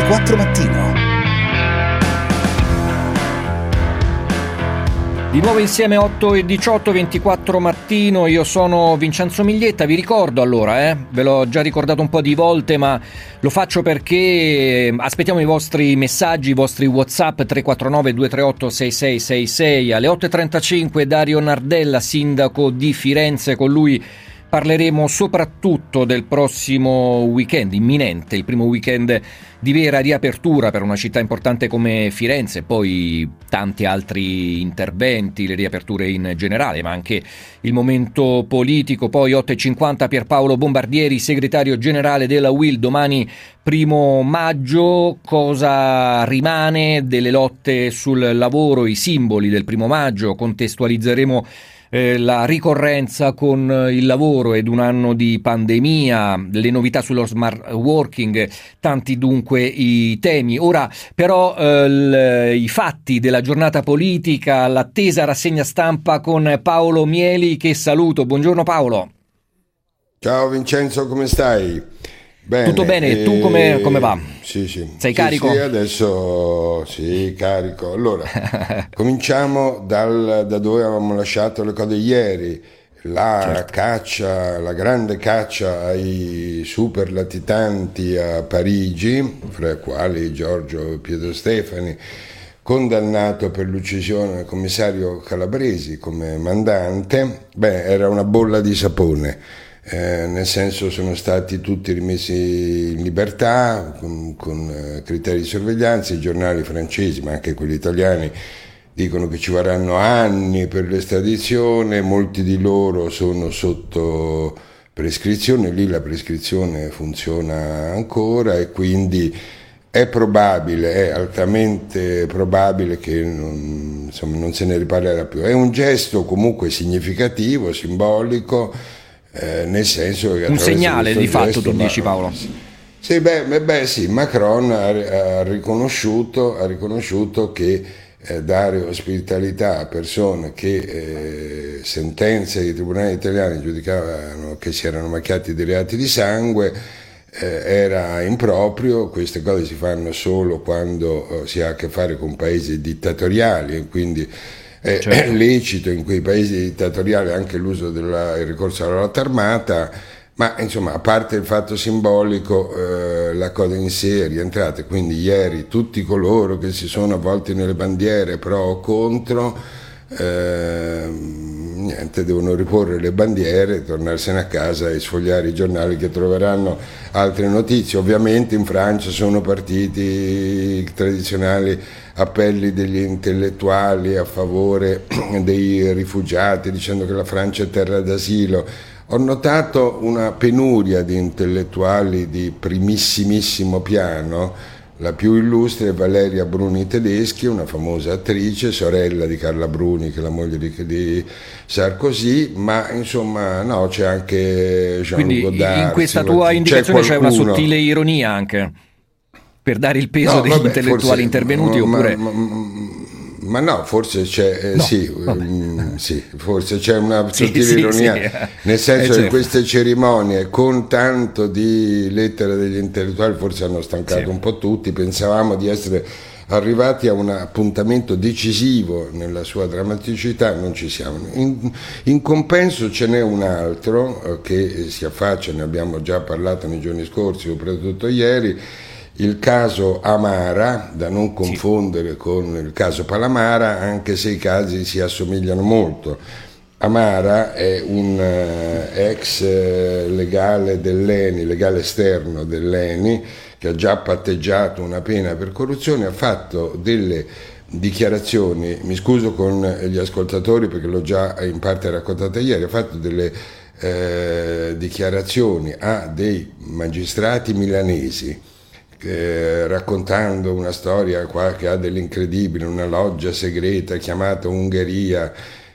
24 Mattino. Di nuovo insieme 8:18, 24 Mattino, io sono Vincenzo Miglietta, vi ricordo allora, ve l'ho già ricordato un po' di volte, ma lo faccio perché aspettiamo i vostri messaggi, i vostri WhatsApp 349 238 6666. Alle 8:35 Dario Nardella, sindaco di Firenze, con lui parleremo soprattutto del prossimo weekend imminente, il primo weekend di vera riapertura per una città importante come Firenze, poi tanti altri interventi, le riaperture in generale, ma anche il momento politico. Poi 8:50 Pierpaolo Bombardieri, segretario generale della UIL, domani 1° maggio, cosa rimane delle lotte sul lavoro, i simboli del 1° maggio, contestualizzeremo la ricorrenza con il lavoro ed un anno di pandemia, le novità sullo smart working, tanti dunque i temi. Ora però i fatti della giornata politica, l'attesa rassegna stampa con Paolo Mieli, che saluto. Buongiorno Paolo. Ciao Vincenzo, come stai? Bene, tutto bene, tu come va? Sì. Sei carico? Sì, adesso sì, carico. Allora, cominciamo da dove avevamo lasciato le cose ieri. La caccia, la grande caccia ai super latitanti a Parigi, fra i quali Giorgio Pietro Stefani, condannato per l'uccisione del commissario Calabresi come mandante. Era una bolla di sapone. Nel senso, sono stati tutti rimessi in libertà con criteri di sorveglianza. I giornali francesi, ma anche quelli italiani, dicono che ci vorranno anni per l'estradizione, molti di loro sono sotto prescrizione, lì la prescrizione funziona ancora e quindi è probabile, è altamente probabile che non se ne riparlerà più. È un gesto comunque significativo, simbolico, nel senso che un segnale di fatto, tu dici, Paolo? Sì, Macron ha riconosciuto che dare ospitalità a persone che sentenze dei tribunali italiani giudicavano che si erano macchiati di reati di sangue era improprio. Queste cose si fanno solo quando si ha a che fare con paesi dittatoriali, e quindi è lecito in quei paesi dittatoriali anche l'uso il ricorso alla lotta armata, ma insomma, a parte il fatto simbolico, la cosa in sé è rientrata. Quindi ieri tutti coloro che si sono avvolti nelle bandiere pro o contro, devono riporre le bandiere, tornarsene a casa e sfogliare i giornali, che troveranno altre notizie. Ovviamente in Francia sono partiti i tradizionali appelli degli intellettuali a favore dei rifugiati, dicendo che la Francia è terra d'asilo. Ho notato una penuria di intellettuali di primissimissimo piano. La più illustre è Valeria Bruni Tedeschi, una famosa attrice, sorella di Carla Bruni, che è la moglie di Sarkozy, ma insomma no, c'è anche Jean-Luc Godard. In questa tua indicazione c'è una sottile ironia anche, per dare il peso degli intellettuali forse, intervenuti, oppure... Ma no, forse c'è, forse c'è una sottile ironia, nel senso che queste cerimonie, con tanto di lettere degli intellettuali, forse hanno stancato un po' tutti. Pensavamo di essere arrivati a un appuntamento decisivo nella sua drammaticità, non ci siamo. In compenso ce n'è un altro che si affaccia, ne abbiamo già parlato nei giorni scorsi, soprattutto ieri, il caso Amara, da non confondere con il caso Palamara, anche se i casi si assomigliano molto. Amara è un ex legale dell'ENI, legale esterno dell'ENI, che ha già patteggiato una pena per corruzione. Ha fatto delle dichiarazioni, mi scuso con gli ascoltatori perché l'ho già in parte raccontata ieri, ha fatto delle dichiarazioni a dei magistrati milanesi, raccontando una storia qua che ha dell'incredibile, una loggia segreta chiamata Ungheria,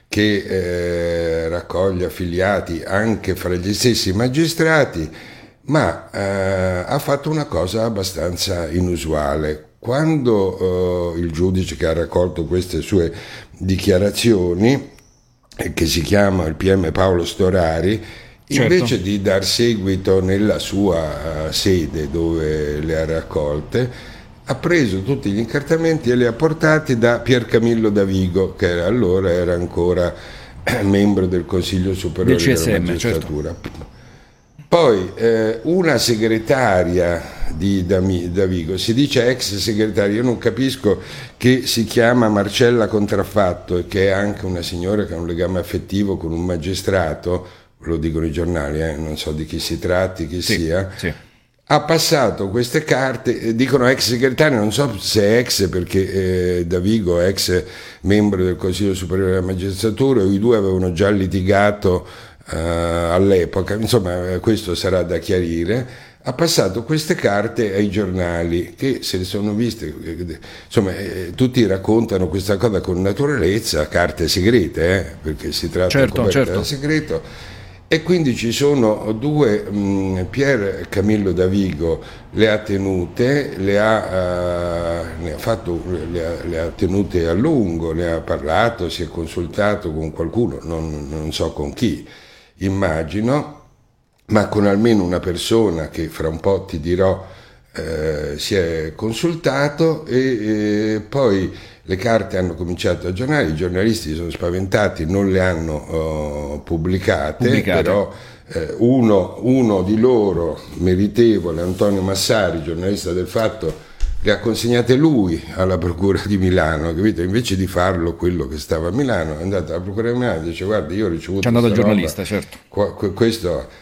che raccoglie affiliati anche fra gli stessi magistrati, ma ha fatto una cosa abbastanza inusuale. Quando il giudice che ha raccolto queste sue dichiarazioni, che si chiama il PM Paolo Storari, invece di dar seguito nella sua sede dove le ha raccolte, ha preso tutti gli incartamenti e li ha portati da Piercamillo Davigo, che allora era ancora membro del Consiglio Superiore del CSM, della Magistratura. certo. Poi una segretaria di Davigo, si dice ex segretaria, io non capisco, che si chiama Marcella Contraffatto e che è anche una signora che ha un legame affettivo con un magistrato, lo dicono i giornali, non so di chi si tratti, chi sia, sì. Ha passato queste carte, dicono ex segretaria, non so se è ex perché Davigo è ex membro del Consiglio Superiore della Magistratura, i due avevano già litigato all'epoca, insomma questo sarà da chiarire. Ha passato queste carte ai giornali che se le sono viste, insomma tutti raccontano questa cosa con naturalezza, carte segrete, perché si tratta di da segreto. E quindi ci sono due, Pier Camillo Davigo le ha tenute, le ha tenute a lungo, ne ha parlato, si è consultato con qualcuno, non so con chi, immagino, ma con almeno una persona che fra un po' ti dirò si è consultato e poi le carte hanno cominciato a aggiornare, i giornalisti sono spaventati, non le hanno pubblicate. Però uno di loro, meritevole, Antonio Massari, giornalista del Fatto, le ha consegnate lui alla Procura di Milano, capito? Invece di farlo quello che stava a Milano, è andato alla Procura di Milano e dice: guarda, io ho ricevuto c'è andato il giornalista, certo. Questo.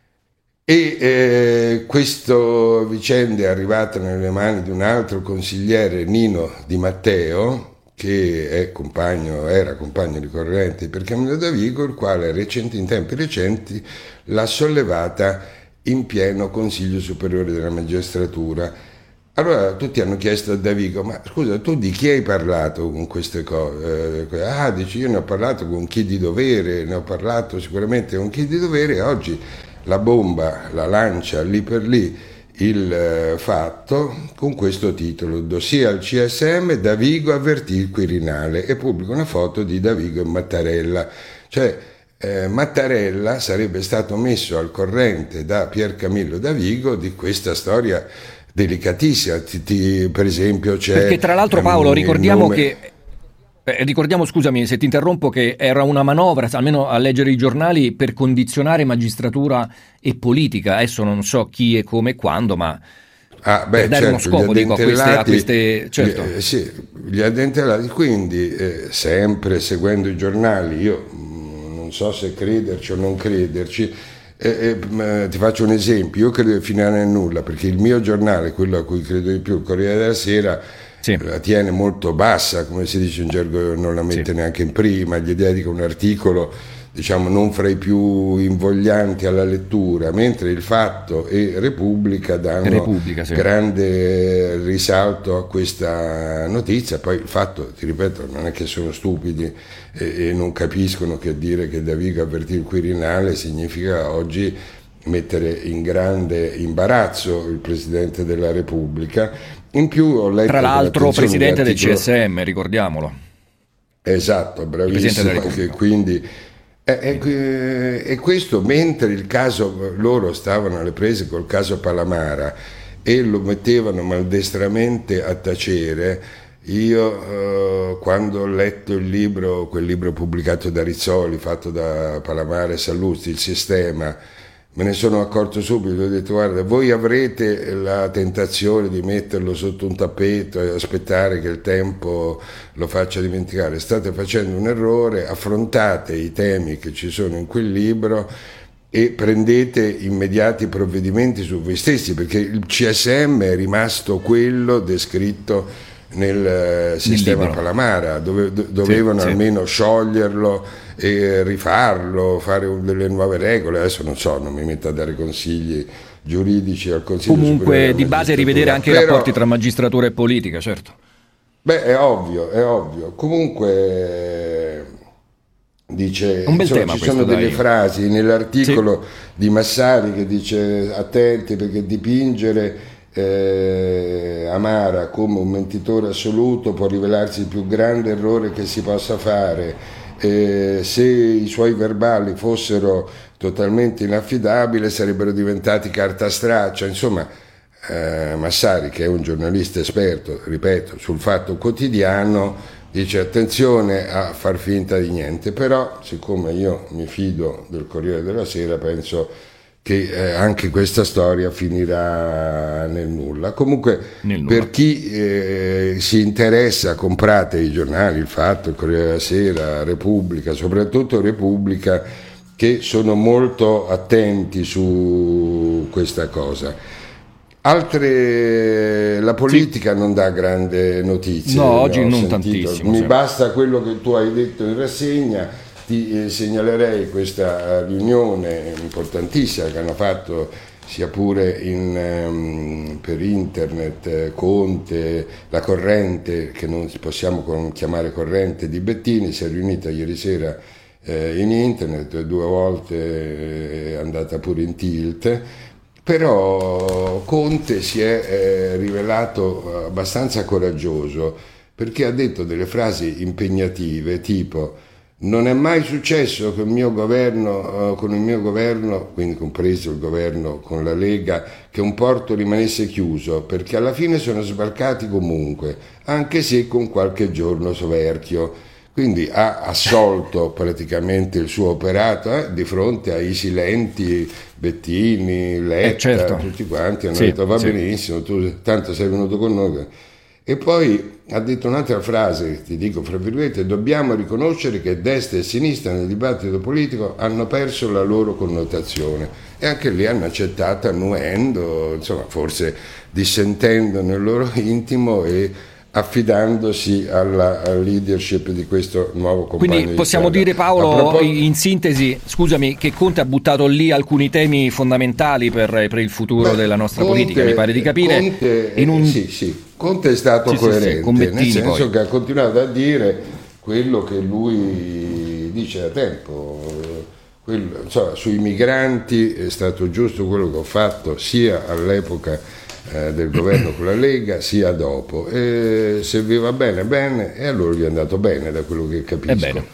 E questa vicenda è arrivata nelle mani di un altro consigliere, Nino Di Matteo, che era compagno ricorrente per Camillo Davigo, il quale in tempi recenti l'ha sollevata in pieno Consiglio Superiore della Magistratura. Allora tutti hanno chiesto a Davigo: ma scusa, tu di chi hai parlato con queste cose? Dici, io ne ho parlato con chi di dovere, ne ho parlato sicuramente con chi di dovere, e oggi la bomba la lancia lì per lì il Fatto con questo titolo: dossier al CSM, Davigo avvertì il Quirinale, e pubblica una foto di Davigo e Mattarella. Cioè Mattarella sarebbe stato messo al corrente da Pier Camillo Davigo di questa storia delicatissima. Per esempio c'è, perché tra l'altro, Paolo, ricordiamo scusami se ti interrompo, che era una manovra, almeno a leggere i giornali, per condizionare magistratura e politica. Adesso non so chi e come e quando, ma per dare uno scopo, dico, a queste certo. Gli addentellati, quindi sempre seguendo i giornali, io non so se crederci o non crederci, ti faccio un esempio. Io credo di finire nel nulla, perché il mio giornale, quello a cui credo di più, il Corriere della Sera, la tiene molto bassa, come si dice in gergo, non la mette neanche in prima, gli dedica un articolo, diciamo, non fra i più invoglianti alla lettura, mentre il Fatto e Repubblica danno grande risalto a questa notizia. Poi il Fatto, ti ripeto, non è che sono stupidi e non capiscono che dire che Davigo avvertì il Quirinale significa oggi mettere in grande imbarazzo il Presidente della Repubblica. In più ho letto, tra l'altro, presidente del CSM, ricordiamolo. Esatto, bravissimo. Quindi e questo mentre il caso, loro stavano alle prese col caso Palamara e lo mettevano maldestramente a tacere. Io quando ho letto quel libro pubblicato da Rizzoli, fatto da Palamara e Sallusti, Il Sistema, me ne sono accorto subito. Ho detto: guarda, voi avrete la tentazione di metterlo sotto un tappeto e aspettare che il tempo lo faccia dimenticare. State facendo un errore, affrontate i temi che ci sono in quel libro e prendete immediati provvedimenti su voi stessi, perché il CSM è rimasto quello descritto nel sistema Palamara, dovevano almeno scioglierlo e rifarlo, fare delle nuove regole. Adesso non so, non mi metto a dare consigli giuridici al Consiglio Comunque Superiore di base rivedere anche i rapporti tra magistratura e politica, certo. È ovvio. Comunque dice, un bel tema ci questo, sono delle frasi nell'articolo di Massari che dice: attenti, perché dipingere Amara come un mentitore assoluto può rivelarsi il più grande errore che si possa fare. Se i suoi verbali fossero totalmente inaffidabili sarebbero diventati carta straccia. Insomma, Massari, che è un giornalista esperto, ripeto, sul Fatto Quotidiano, dice attenzione a far finta di niente, però siccome io mi fido del Corriere della Sera penso che anche questa storia finirà nel nulla. Comunque per chi si interessa, comprate i giornali, il Fatto, il Corriere della Sera, Repubblica, soprattutto Repubblica, che sono molto attenti su questa cosa. La politica non dà grande notizia. No, oggi non tantissimo. Mi basta quello che tu hai detto in rassegna. Ti segnalerei questa riunione importantissima che hanno fatto sia pure per internet Conte, la corrente, che non possiamo chiamare corrente, di Bettini, si è riunita ieri sera in internet, 2 volte è andata pure in tilt. Però Conte si è rivelato abbastanza coraggioso, perché ha detto delle frasi impegnative tipo: non è mai successo che con il mio governo, quindi compreso il governo con la Lega, che un porto rimanesse chiuso, perché alla fine sono sbarcati comunque, anche se con qualche giorno soverchio. Quindi ha assolto praticamente il suo operato di fronte ai silenti Bettini, Letta, certo. Tutti quanti hanno detto va benissimo, tu tanto sei venuto con noi. E poi ha detto un'altra frase, ti dico fra virgolette: dobbiamo riconoscere che destra e sinistra nel dibattito politico hanno perso la loro connotazione, e anche lì hanno accettato annuendo, insomma, forse dissentendo nel loro intimo e affidandosi alla leadership di questo nuovo compagno. Quindi possiamo dire, Paolo, in sintesi, scusami, che Conte ha buttato lì alcuni temi fondamentali per il futuro della nostra politica, mi pare di capire. Conte è stato coerente, nel senso che ha continuato a dire quello che lui dice da tempo. Sui migranti è stato giusto quello che ho fatto sia all'epoca del governo con la Lega sia dopo, e se vi va bene bene, e allora gli è andato bene, da quello che capisco.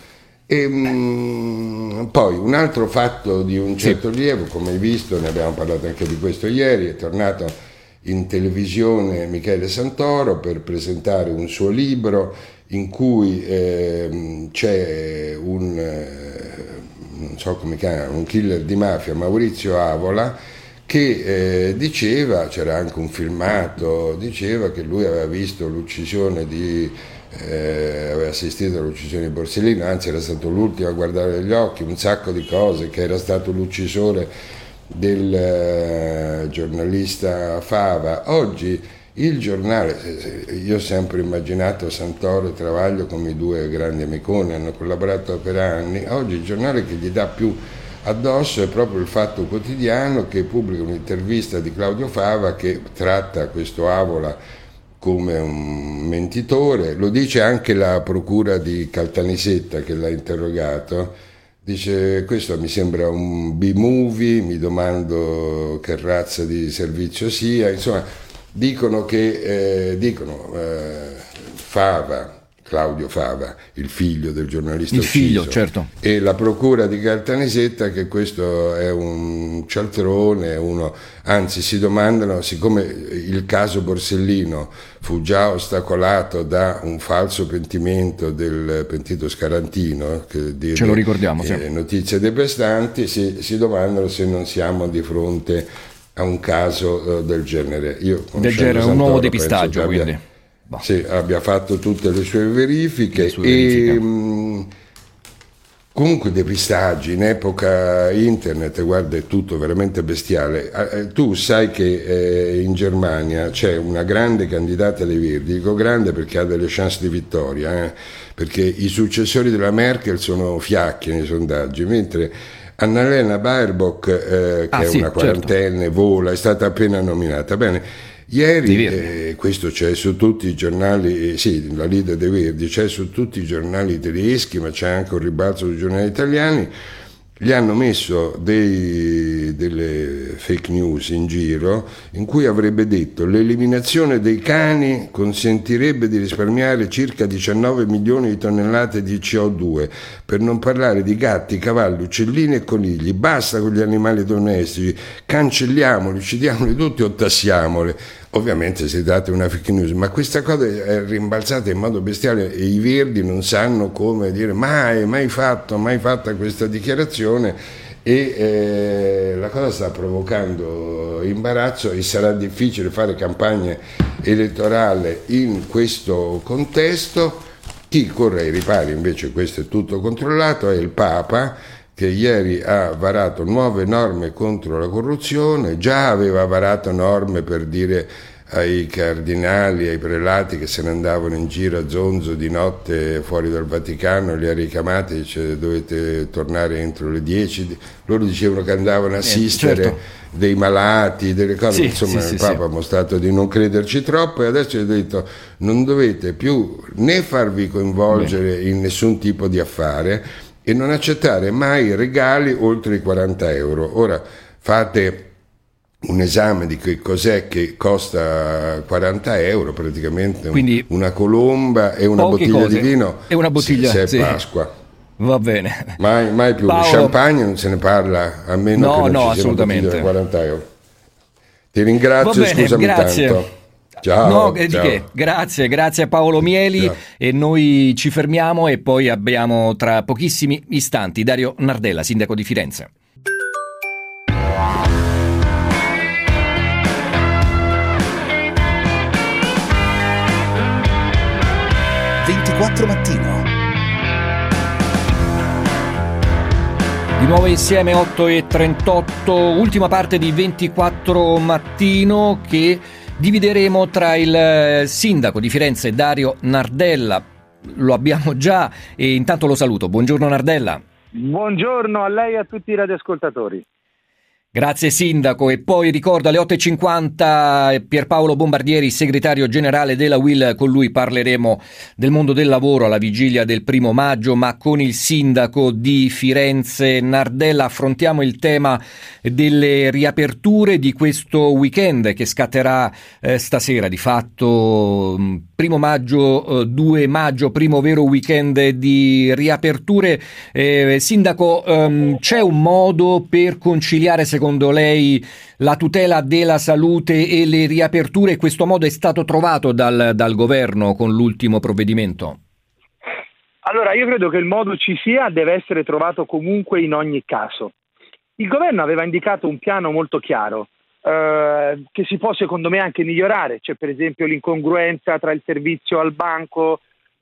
E poi un altro fatto di un certo rilievo, come hai visto, ne abbiamo parlato anche di questo ieri, è tornato in televisione Michele Santoro per presentare un suo libro in cui c'è non so come chiama, un killer di mafia, Maurizio Avola, che diceva, c'era anche un filmato, diceva che lui aveva visto l'uccisione aveva assistito all'uccisione di Borsellino, anzi era stato l'ultimo a guardare negli occhi, un sacco di cose, che era stato l'uccisore del giornalista Fava. Oggi il giornale, io ho sempre immaginato Santoro e Travaglio come i 2 grandi amiconi, hanno collaborato per anni, oggi il giornale che gli dà più addosso è proprio il Fatto Quotidiano, che pubblica un'intervista di Claudio Fava che tratta questo Avola come un mentitore. Lo dice anche la procura di Caltanissetta che l'ha interrogato, dice: questo mi sembra un B-movie, mi domando che razza di servizio sia. Insomma, dicono che Claudio Fava, il figlio del giornalista ucciso, certo. E la procura di Caltanissetta che questo è un cialtrone, anzi si domandano, siccome il caso Borsellino fu già ostacolato da un falso pentimento del pentito Scarantino, che diede, ce lo ricordiamo, notizie devastanti, si domandano se non siamo di fronte a un caso del genere. Io del genere è un nuovo depistaggio, quindi sì, abbia fatto tutte le sue verifiche. Comunque depistaggi in epoca internet, guarda, è tutto veramente bestiale. Tu sai che in Germania c'è una grande candidata dei Verdi, dico grande perché ha delle chance di vittoria, perché i successori della Merkel sono fiacchi nei sondaggi, mentre Annalena Baerbock, che è una quarantenne, vola, è stata appena nominata. Bene. Ieri, questo c'è su tutti i giornali, la leader dei Verdi c'è su tutti i giornali tedeschi, ma c'è anche un ribalzo sui giornali italiani. gli hanno messo delle fake news in giro in cui avrebbe detto: l'eliminazione dei cani consentirebbe di risparmiare circa 19 milioni di tonnellate di CO2, per non parlare di gatti, cavalli, uccellini e conigli. Basta con gli animali domestici, cancelliamoli, uccidiamoli tutti o tassiamoli. Ovviamente si tratta di una fake news, ma questa cosa è rimbalzata in modo bestiale e i Verdi non sanno come dire mai fatta questa dichiarazione, e la cosa sta provocando imbarazzo e sarà difficile fare campagna elettorale in questo contesto. Chi corre ai ripari invece, questo è tutto controllato, è il Papa, che ieri ha varato nuove norme contro la corruzione. Già aveva varato norme per dire ai cardinali, ai prelati che se ne andavano in giro a zonzo di notte fuori dal Vaticano, li ha ricamati, dice: dovete tornare entro le 10. Loro dicevano che andavano a assistere dei malati, delle cose, insomma il Papa ha mostrato di non crederci troppo, e adesso gli ha detto: non dovete più né farvi coinvolgere in nessun tipo di affare e non accettare mai regali oltre i 40 euro. Ora fate un esame di che cos'è che costa 40 euro, praticamente. Quindi una colomba e una bottiglia di vino e una bottiglia, se è Pasqua. Va bene. Mai più. Paolo... champagne non se ne parla, a meno che non ci sia una bottiglia da 40 euro. Ti ringrazio, scusami tanto. Ciao, ciao. Grazie a Paolo Mieli. Ciao. E noi ci fermiamo e poi abbiamo tra pochissimi istanti Dario Nardella, sindaco di Firenze. Mattino. Di nuovo insieme 8:38, ultima parte di 24 Mattino, che divideremo tra il sindaco di Firenze Dario Nardella. Lo abbiamo già e intanto lo saluto. Buongiorno Nardella. Buongiorno a lei e a tutti i radioascoltatori. Grazie sindaco. E poi ricordo alle 8:50 Pierpaolo Bombardieri, segretario generale della UIL. Con lui parleremo del mondo del lavoro alla vigilia del 1° maggio, ma con il sindaco di Firenze Nardella affrontiamo il tema delle riaperture di questo weekend che scatterà stasera, di fatto 1° maggio, 2 maggio, primo vero weekend di riaperture. Sindaco, c'è un modo per conciliare secondo lei la tutela della salute e le riaperture? Questo modo è stato trovato dal governo con l'ultimo provvedimento? Allora, io credo che il modo ci sia, deve essere trovato comunque in ogni caso. Il governo aveva indicato un piano molto chiaro che si può secondo me anche migliorare. C'è per esempio l'incongruenza tra il servizio al banco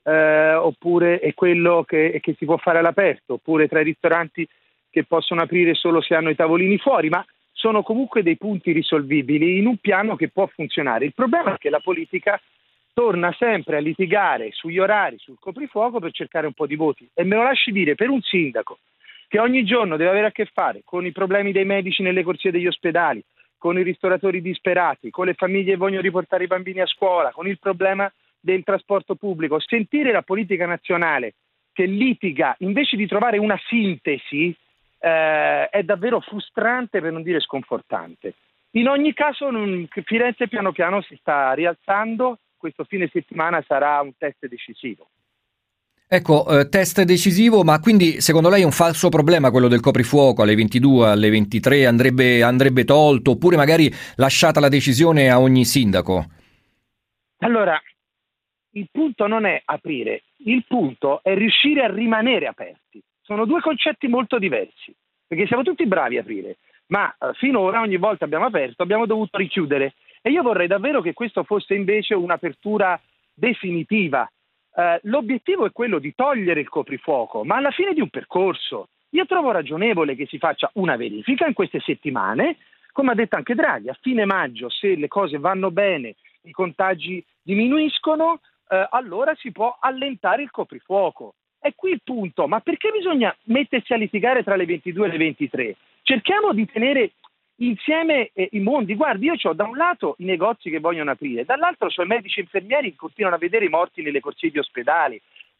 oppure e quello che si può fare all'aperto, oppure tra i ristoranti che possono aprire solo se hanno i tavolini fuori, ma sono comunque dei punti risolvibili in un piano che può funzionare. Il problema è che la politica torna sempre a litigare sugli orari, sul coprifuoco per cercare un po' di voti. E me lo lasci dire, per un sindaco che ogni giorno deve avere a che fare con i problemi dei medici nelle corsie degli ospedali, con i ristoratori disperati, con le famiglie che vogliono riportare i bambini a scuola, con il problema del trasporto pubblico, sentire la politica nazionale che litiga invece di trovare una sintesi è davvero frustrante, per non dire sconfortante. In ogni caso Firenze piano piano si sta rialzando, questo fine settimana sarà un test decisivo. Ecco, test decisivo, ma quindi secondo lei è un falso problema quello del coprifuoco alle 22, alle 23, andrebbe tolto, oppure magari lasciata la decisione a ogni sindaco? Allora, il punto non è aprire, il punto è riuscire a rimanere aperti. Sono due concetti molto diversi, perché siamo tutti bravi a aprire, ma finora ogni volta abbiamo aperto, abbiamo dovuto richiudere, e io vorrei davvero che questo fosse invece un'apertura definitiva. L'obiettivo è quello di togliere il coprifuoco, ma alla fine di un percorso. Io trovo ragionevole che si faccia una verifica in queste settimane, come ha detto anche Draghi, a fine maggio, se le cose vanno bene, i contagi diminuiscono, allora si può allentare il coprifuoco. È qui il punto, ma perché bisogna mettersi a litigare tra le 22 e le 23? Cerchiamo di tenere insieme i mondi. Guardi, io ho da un lato i negozi che vogliono aprire, dall'altro ho i medici e infermieri che continuano a vedere i morti nelle corsie di ospedali.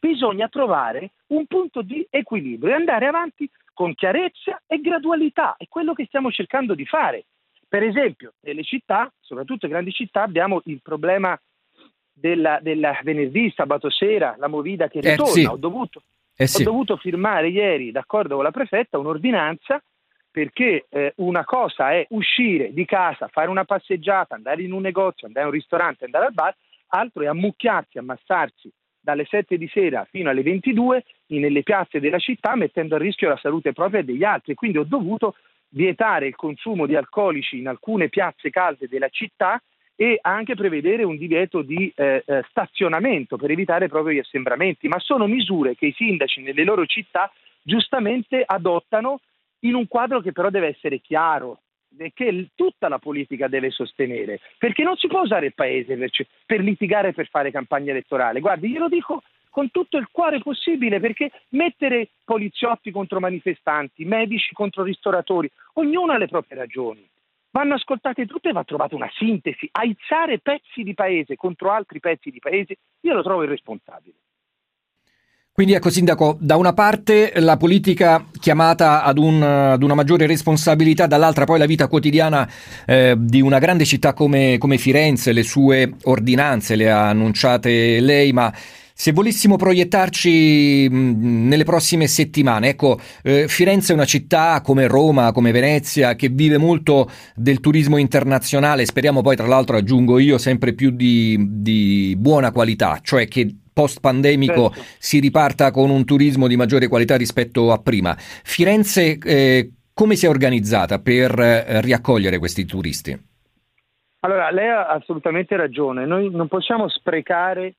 bisogna trovare un punto di equilibrio e andare avanti con chiarezza e gradualità, è quello che stiamo cercando di fare. Per esempio, nelle città, soprattutto grandi città, abbiamo il problema del venerdì, sabato sera, la movida che ritorna. Sì. Ho dovuto firmare ieri, d'accordo con la prefetta, un'ordinanza perché una cosa è uscire di casa, fare una passeggiata, andare in un negozio, andare a un ristorante, andare al bar, altro è ammucchiarsi, ammassarsi dalle 7 di sera fino alle 22 nelle piazze della città, mettendo a rischio la salute propria e degli altri. Quindi ho dovuto vietare il consumo di alcolici in alcune piazze calde della città e anche prevedere un divieto di stazionamento per evitare proprio gli assembramenti. Ma sono misure che i sindaci nelle loro città giustamente adottano in un quadro che però deve essere chiaro e che tutta la politica deve sostenere, perché non si può usare il paese per litigare, per fare campagna elettorale. Guardi, glielo dico con tutto il cuore possibile, perché mettere poliziotti contro manifestanti, medici contro ristoratori, ognuno ha le proprie ragioni, vanno ascoltate tutte e va trovata una sintesi. Aizzare pezzi di paese contro altri pezzi di paese io lo trovo irresponsabile. Quindi ecco, Sindaco, da una parte la politica chiamata ad una maggiore responsabilità, dall'altra poi la vita quotidiana di una grande città come Firenze, le sue ordinanze le ha annunciate lei, ma se volessimo proiettarci nelle prossime settimane, ecco, Firenze è una città come Roma, come Venezia, che vive molto del turismo internazionale, speriamo poi tra l'altro, aggiungo io, sempre più di buona qualità, cioè che post-pandemico si riparta con un turismo di maggiore qualità rispetto a prima. Firenze come si è organizzata per riaccogliere questi turisti? Allora, lei ha assolutamente ragione, noi non possiamo sprecare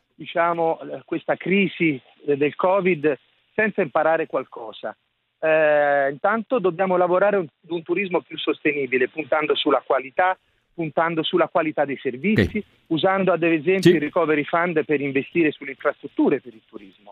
questa crisi del Covid senza imparare qualcosa. Intanto dobbiamo lavorare ad un turismo più sostenibile, puntando sulla qualità dei servizi, usando ad esempio il Recovery Fund per investire sulle infrastrutture per il turismo.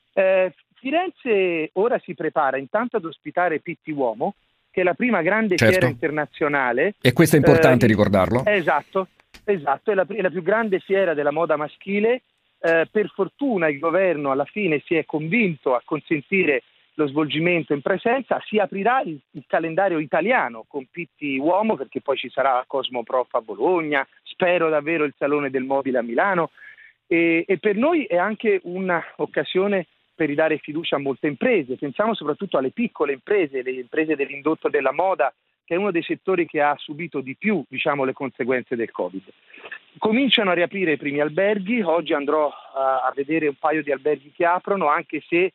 Firenze ora si prepara intanto ad ospitare Pitti Uomo, che è la prima grande fiera internazionale. E questo è importante ricordarlo. Esatto, è la più grande fiera della moda maschile. Per fortuna il governo alla fine si è convinto a consentire lo svolgimento in presenza, si aprirà il calendario italiano con Pitti Uomo, perché poi ci sarà Cosmoprof a Bologna, spero davvero il Salone del Mobile a Milano e per noi è anche un'occasione per ridare fiducia a molte imprese. Pensiamo soprattutto alle piccole imprese, le imprese dell'indotto della moda, che è uno dei settori che ha subito di più, le conseguenze del Covid. Cominciano a riaprire i primi alberghi, oggi andrò a vedere un paio di alberghi che aprono, anche se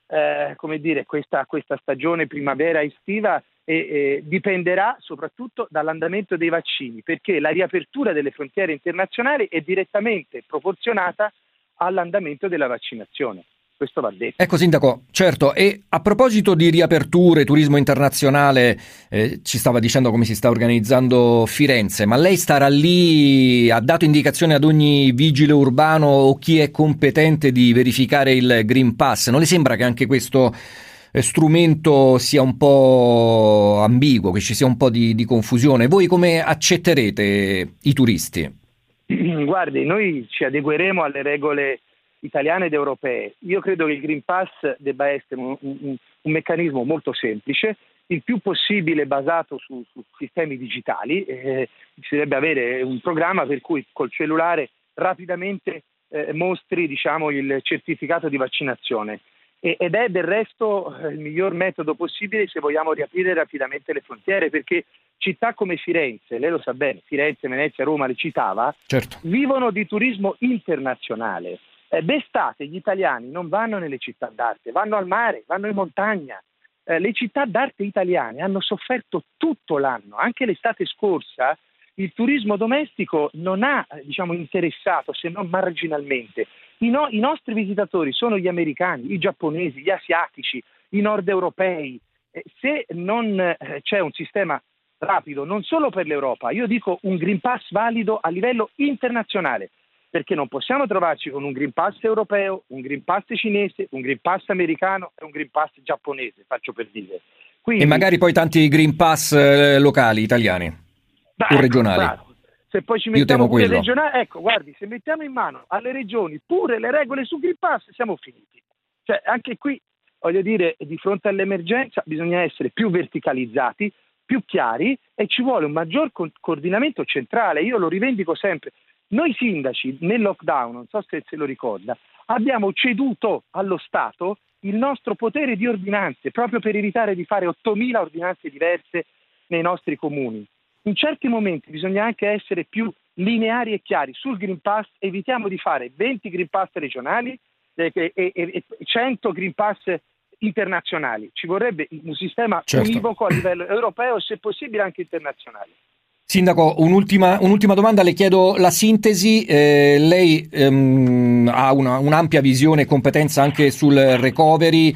questa stagione primavera estiva dipenderà soprattutto dall'andamento dei vaccini, perché la riapertura delle frontiere internazionali è direttamente proporzionata all'andamento della vaccinazione. Questo va detto. Ecco, Sindaco, certo, e a proposito di riaperture, turismo internazionale, ci stava dicendo come si sta organizzando Firenze, ma lei starà lì, ha dato indicazione ad ogni vigile urbano o chi è competente di verificare il Green Pass? Non le sembra che anche questo strumento sia un po' ambiguo, che ci sia un po' di confusione? Voi come accetterete i turisti? Guardi, noi ci adegueremo alle regole italiane ed europee. Io credo che il Green Pass debba essere un meccanismo molto semplice, il più possibile basato su sistemi digitali. Si deve avere un programma per cui col cellulare rapidamente mostri il certificato di vaccinazione ed è del resto il miglior metodo possibile se vogliamo riaprire rapidamente le frontiere, perché città come Firenze, lei lo sa bene, Firenze, Venezia, Roma le citava, vivono di turismo internazionale. D'estate gli italiani non vanno nelle città d'arte, vanno al mare, vanno in montagna. Le città d'arte italiane hanno sofferto tutto l'anno, anche l'estate scorsa il turismo domestico non ha interessato, se non marginalmente. I nostri visitatori sono gli americani, i giapponesi, gli asiatici, i nord europei. Se non c'è un sistema rapido, non solo per l'Europa, io dico un Green Pass valido a livello internazionale, perché non possiamo trovarci con un Green Pass europeo, un Green Pass cinese, un Green Pass americano e un Green Pass giapponese, faccio per dire. Quindi, e magari poi tanti Green Pass locali, italiani o regionali. Bravo. Se poi ci Io mettiamo temo pure quello. regionali, ecco, guardi, se mettiamo in mano alle regioni pure le regole su Green Pass, siamo finiti. Cioè, anche qui, voglio dire, di fronte all'emergenza bisogna essere più verticalizzati, più chiari, e ci vuole un maggior coordinamento centrale. Io lo rivendico sempre. Noi sindaci nel lockdown, non so se lo ricorda, abbiamo ceduto allo Stato il nostro potere di ordinanze, proprio per evitare di fare 8.000 ordinanze diverse nei nostri comuni. In certi momenti bisogna anche essere più lineari e chiari. Sul Green Pass evitiamo di fare 20 Green Pass regionali e 100 Green Pass internazionali. Ci vorrebbe un sistema univoco a livello europeo e se possibile anche internazionale. Sindaco, un'ultima domanda, le chiedo la sintesi. Lei ha un'ampia visione e competenza anche sul recovery.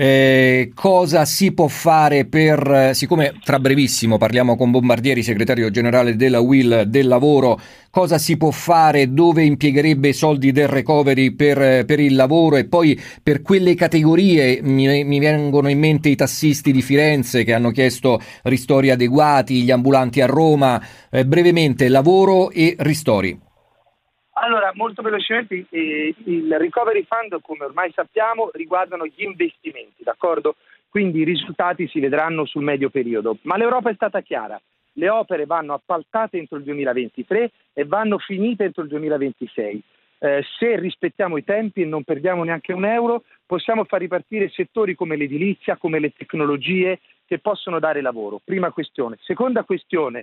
Cosa si può fare siccome tra brevissimo parliamo con Bombardieri, segretario generale della UIL del lavoro, cosa si può fare, dove impiegherebbe i soldi del recovery per il lavoro e poi per quelle categorie, mi vengono in mente i tassisti di Firenze che hanno chiesto ristori adeguati, gli ambulanti a Roma. Brevemente, lavoro e ristori. Allora, molto velocemente, il Recovery Fund, come ormai sappiamo, riguardano gli investimenti, d'accordo? Quindi i risultati si vedranno sul medio periodo. Ma l'Europa è stata chiara. Le opere vanno appaltate entro il 2023 e vanno finite entro il 2026. Se rispettiamo i tempi e non perdiamo neanche un euro, possiamo far ripartire settori come l'edilizia, come le tecnologie che possono dare lavoro. Prima questione. Seconda questione,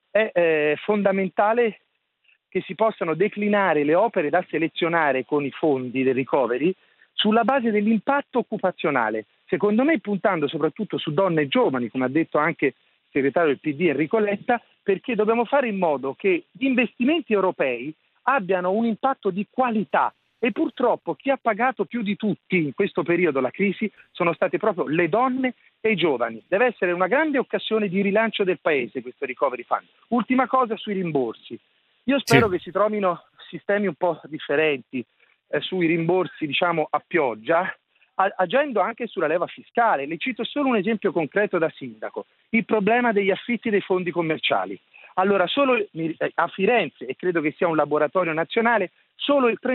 è fondamentale che si possano declinare le opere da selezionare con i fondi del recovery sulla base dell'impatto occupazionale, secondo me puntando soprattutto su donne giovani, come ha detto anche il segretario del PD Enrico Letta, perché dobbiamo fare in modo che gli investimenti europei abbiano un impatto di qualità. E purtroppo chi ha pagato più di tutti in questo periodo la crisi sono state proprio le donne e i giovani. Deve essere una grande occasione di rilancio del paese questo Recovery Fund. Ultima cosa sui rimborsi. Io spero che si trovino sistemi un po' differenti sui rimborsi, diciamo, a pioggia, agendo anche sulla leva fiscale. Le cito solo un esempio concreto da sindaco: il problema degli affitti dei fondi commerciali. Allora, solo a Firenze, e credo che sia un laboratorio nazionale, solo il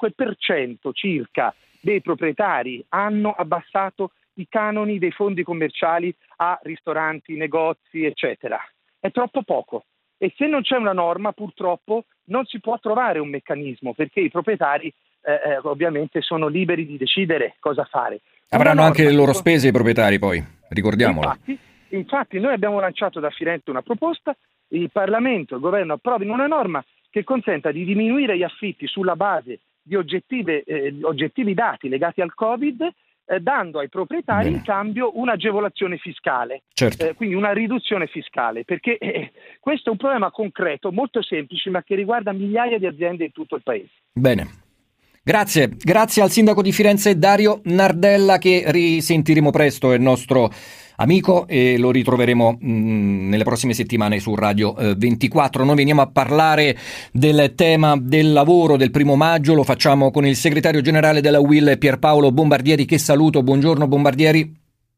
35% circa dei proprietari hanno abbassato i canoni dei fondi commerciali a ristoranti, negozi, eccetera. È troppo poco. E se non c'è una norma, purtroppo, non si può trovare un meccanismo, perché i proprietari ovviamente sono liberi di decidere cosa fare. Avranno anche le loro spese i proprietari, poi, ricordiamolo. Infatti noi abbiamo lanciato da Firenze una proposta, il Parlamento, il governo approvino una norma che consenta di diminuire gli affitti sulla base di oggettivi dati legati al Covid, dando ai proprietari in cambio un'agevolazione fiscale, quindi una riduzione fiscale, perché questo è un problema concreto, molto semplice, ma che riguarda migliaia di aziende in tutto il paese. Bene. Grazie al sindaco di Firenze Dario Nardella, che risentiremo presto, è il nostro amico e lo ritroveremo nelle prossime settimane su Radio 24. Noi veniamo a parlare del tema del lavoro del 1° maggio, lo facciamo con il segretario generale della UIL Pierpaolo Bombardieri, che saluto. Buongiorno Bombardieri.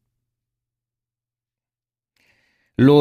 Lo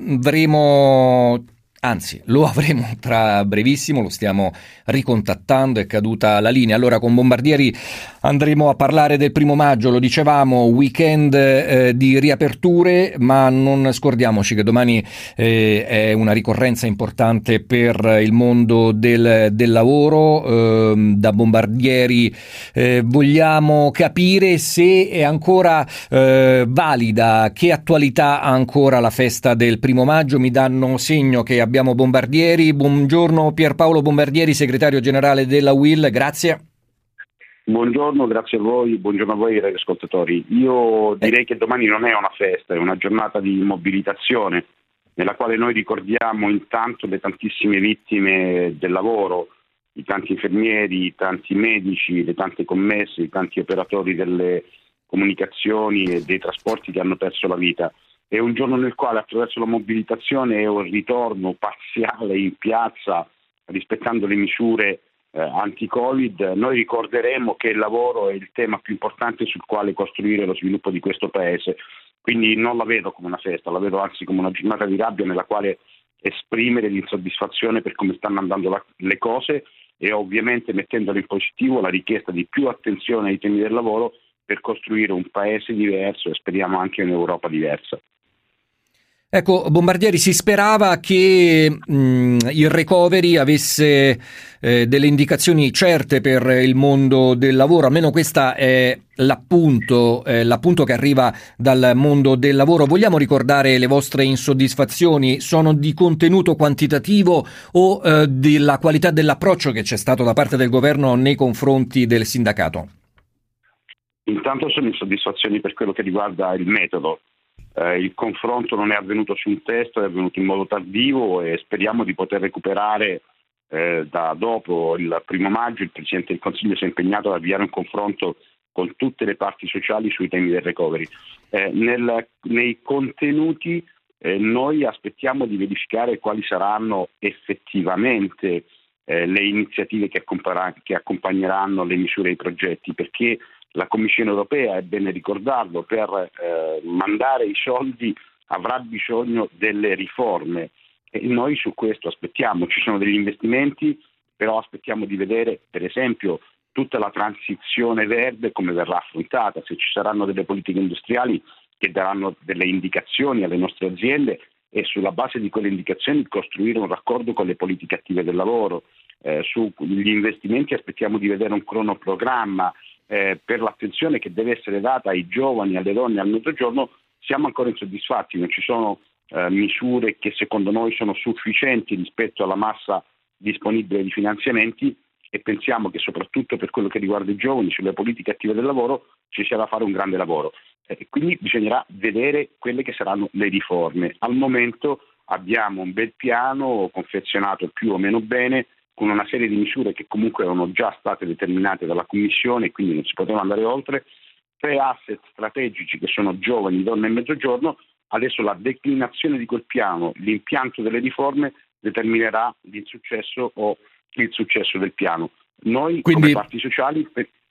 avremo tra brevissimo, lo stiamo ricontattando, è caduta la linea. Allora con Bombardieri andremo a parlare del 1° maggio, lo dicevamo, weekend di riaperture, ma non scordiamoci che domani è una ricorrenza importante per il mondo del lavoro. Da Bombardieri vogliamo capire se è ancora valida, che attualità ha ancora la festa del 1° maggio. Mi danno segno che abbiamo Bombardieri. Buongiorno Pierpaolo Bombardieri, segretario generale della UIL, grazie. Buongiorno, grazie a voi, buongiorno a voi ascoltatori. Io direi che domani non è una festa, è una giornata di mobilitazione nella quale noi ricordiamo intanto le tantissime vittime del lavoro, i tanti infermieri, i tanti medici, le tante commesse, i tanti operatori delle comunicazioni e dei trasporti che hanno perso la vita. È un giorno nel quale, attraverso la mobilitazione e un ritorno parziale in piazza, rispettando le misure anti-Covid, noi ricorderemo che il lavoro è il tema più importante sul quale costruire lo sviluppo di questo paese. Quindi non la vedo come una festa, la vedo anzi come una giornata di rabbia nella quale esprimere l'insoddisfazione per come stanno andando le cose e ovviamente mettendolo in positivo la richiesta di più attenzione ai temi del lavoro per costruire un paese diverso e speriamo anche un'Europa diversa. Ecco, Bombardieri, si sperava che il recovery avesse delle indicazioni certe per il mondo del lavoro, almeno questa è l'appunto che arriva dal mondo del lavoro. Vogliamo ricordare le vostre insoddisfazioni? Sono di contenuto quantitativo o della qualità dell'approccio che c'è stato da parte del governo nei confronti del sindacato? Intanto sono insoddisfazioni per quello che riguarda il metodo. Il confronto non è avvenuto su un testo, è avvenuto in modo tardivo e speriamo di poter recuperare da dopo il 1° maggio. Il Presidente del Consiglio si è impegnato ad avviare un confronto con tutte le parti sociali sui temi del recovery. Nei contenuti noi aspettiamo di verificare quali saranno effettivamente le iniziative che accompagneranno le misure e i progetti, perché la Commissione europea, è bene ricordarlo, per mandare i soldi avrà bisogno delle riforme e noi su questo aspettiamo. Ci sono degli investimenti, però aspettiamo di vedere per esempio tutta la transizione verde come verrà affrontata, se ci saranno delle politiche industriali che daranno delle indicazioni alle nostre aziende e sulla base di quelle indicazioni costruire un raccordo con le politiche attive del lavoro. Sugli investimenti aspettiamo di vedere un cronoprogramma per l'attenzione che deve essere data ai giovani, alle donne, al mezzogiorno. Siamo ancora insoddisfatti, non ci sono misure che secondo noi sono sufficienti rispetto alla massa disponibile di finanziamenti e pensiamo che soprattutto per quello che riguarda i giovani, sulle politiche attive del lavoro, ci sia da fare un grande lavoro. Quindi bisognerà vedere quelle che saranno le riforme. Al momento abbiamo un bel piano confezionato più o meno bene, con una serie di misure che comunque erano già state determinate dalla Commissione, quindi non si poteva andare oltre. 3 asset strategici che sono giovani, donne e mezzogiorno. Adesso la declinazione di quel piano, l'impianto delle riforme determinerà l'insuccesso o il successo del piano. Noi come parti sociali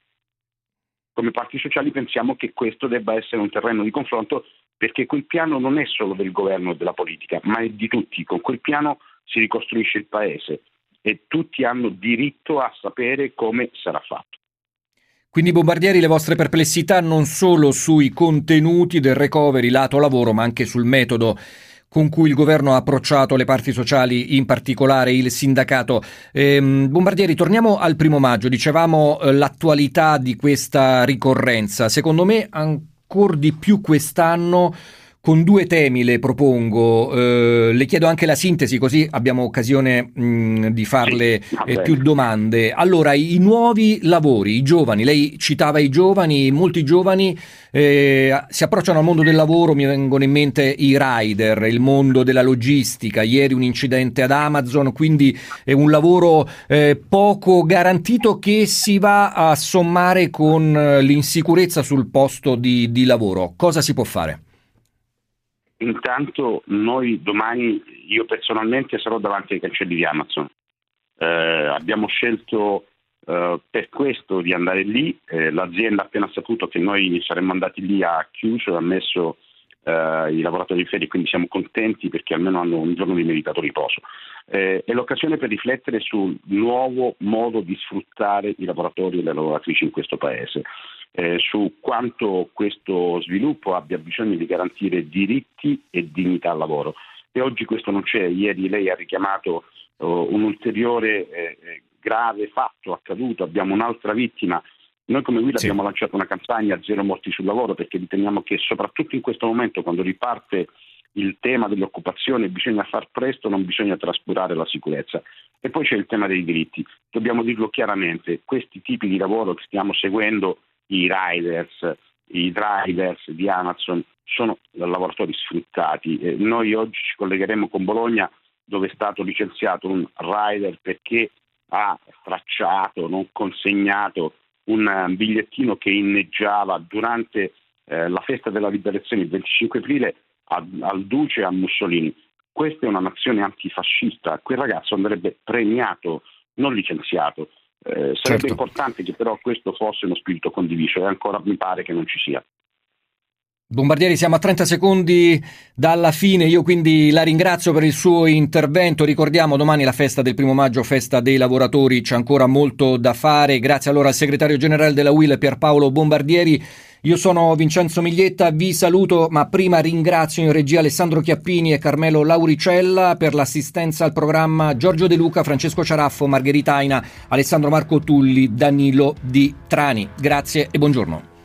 pensiamo che questo debba essere un terreno di confronto, perché quel piano non è solo del governo e della politica, ma è di tutti. Con quel piano si ricostruisce il paese e tutti hanno diritto a sapere come sarà fatto. Quindi Bombardieri, le vostre perplessità non solo sui contenuti del recovery lato lavoro, ma anche sul metodo con cui il governo ha approcciato le parti sociali, in particolare il sindacato. Bombardieri, torniamo al 1° maggio, dicevamo l'attualità di questa ricorrenza. Secondo me ancor di più quest'anno, con 2 temi le propongo, le chiedo anche la sintesi così abbiamo occasione di farle più domande. Allora, i nuovi lavori, i giovani, lei citava i giovani, molti giovani si approcciano al mondo del lavoro, mi vengono in mente i rider, il mondo della logistica, ieri un incidente ad Amazon, quindi è un lavoro poco garantito che si va a sommare con l'insicurezza sul posto di lavoro. Cosa si può fare? Intanto noi domani, io personalmente sarò davanti ai cancelli di Amazon. Abbiamo scelto per questo di andare lì. L'azienda appena saputo che noi saremmo andati lì ha chiuso e ha messo i lavoratori in ferie, quindi siamo contenti perché almeno hanno un giorno di meritato riposo. È l'occasione per riflettere sul nuovo modo di sfruttare i lavoratori e le lavoratrici in questo paese. Su quanto questo sviluppo abbia bisogno di garantire diritti e dignità al lavoro. E oggi questo non c'è. Ieri lei ha richiamato un ulteriore grave fatto accaduto, abbiamo un'altra vittima. Noi come Will abbiamo lanciato una campagna Zero morti sul lavoro perché riteniamo che soprattutto in questo momento, quando riparte il tema dell'occupazione, bisogna far presto, non bisogna trascurare la sicurezza. E poi c'è il tema dei diritti. Dobbiamo dirlo chiaramente, questi tipi di lavoro che stiamo seguendo, i riders, i drivers di Amazon, sono lavoratori sfruttati. Noi oggi ci collegheremo con Bologna, dove è stato licenziato un rider perché ha stracciato, non consegnato un bigliettino che inneggiava durante la festa della liberazione il 25 aprile al Duce e a Mussolini. Questa è una nazione antifascista, quel ragazzo andrebbe premiato, non licenziato. Sarebbe importante che però questo fosse uno spirito condiviso e ancora mi pare che non ci sia. Bombardieri, siamo a 30 secondi dalla fine, io quindi la ringrazio per il suo intervento. Ricordiamo domani la festa del 1° maggio, festa dei lavoratori, c'è ancora molto da fare. Grazie allora al segretario generale della UIL Pierpaolo Bombardieri. Io sono Vincenzo Miglietta, vi saluto, ma prima ringrazio in regia Alessandro Chiappini e Carmelo Lauricella, per l'assistenza al programma Giorgio De Luca, Francesco Ciaraffo, Margherita Aina, Alessandro Marco Tulli, Danilo Di Trani. Grazie e buongiorno.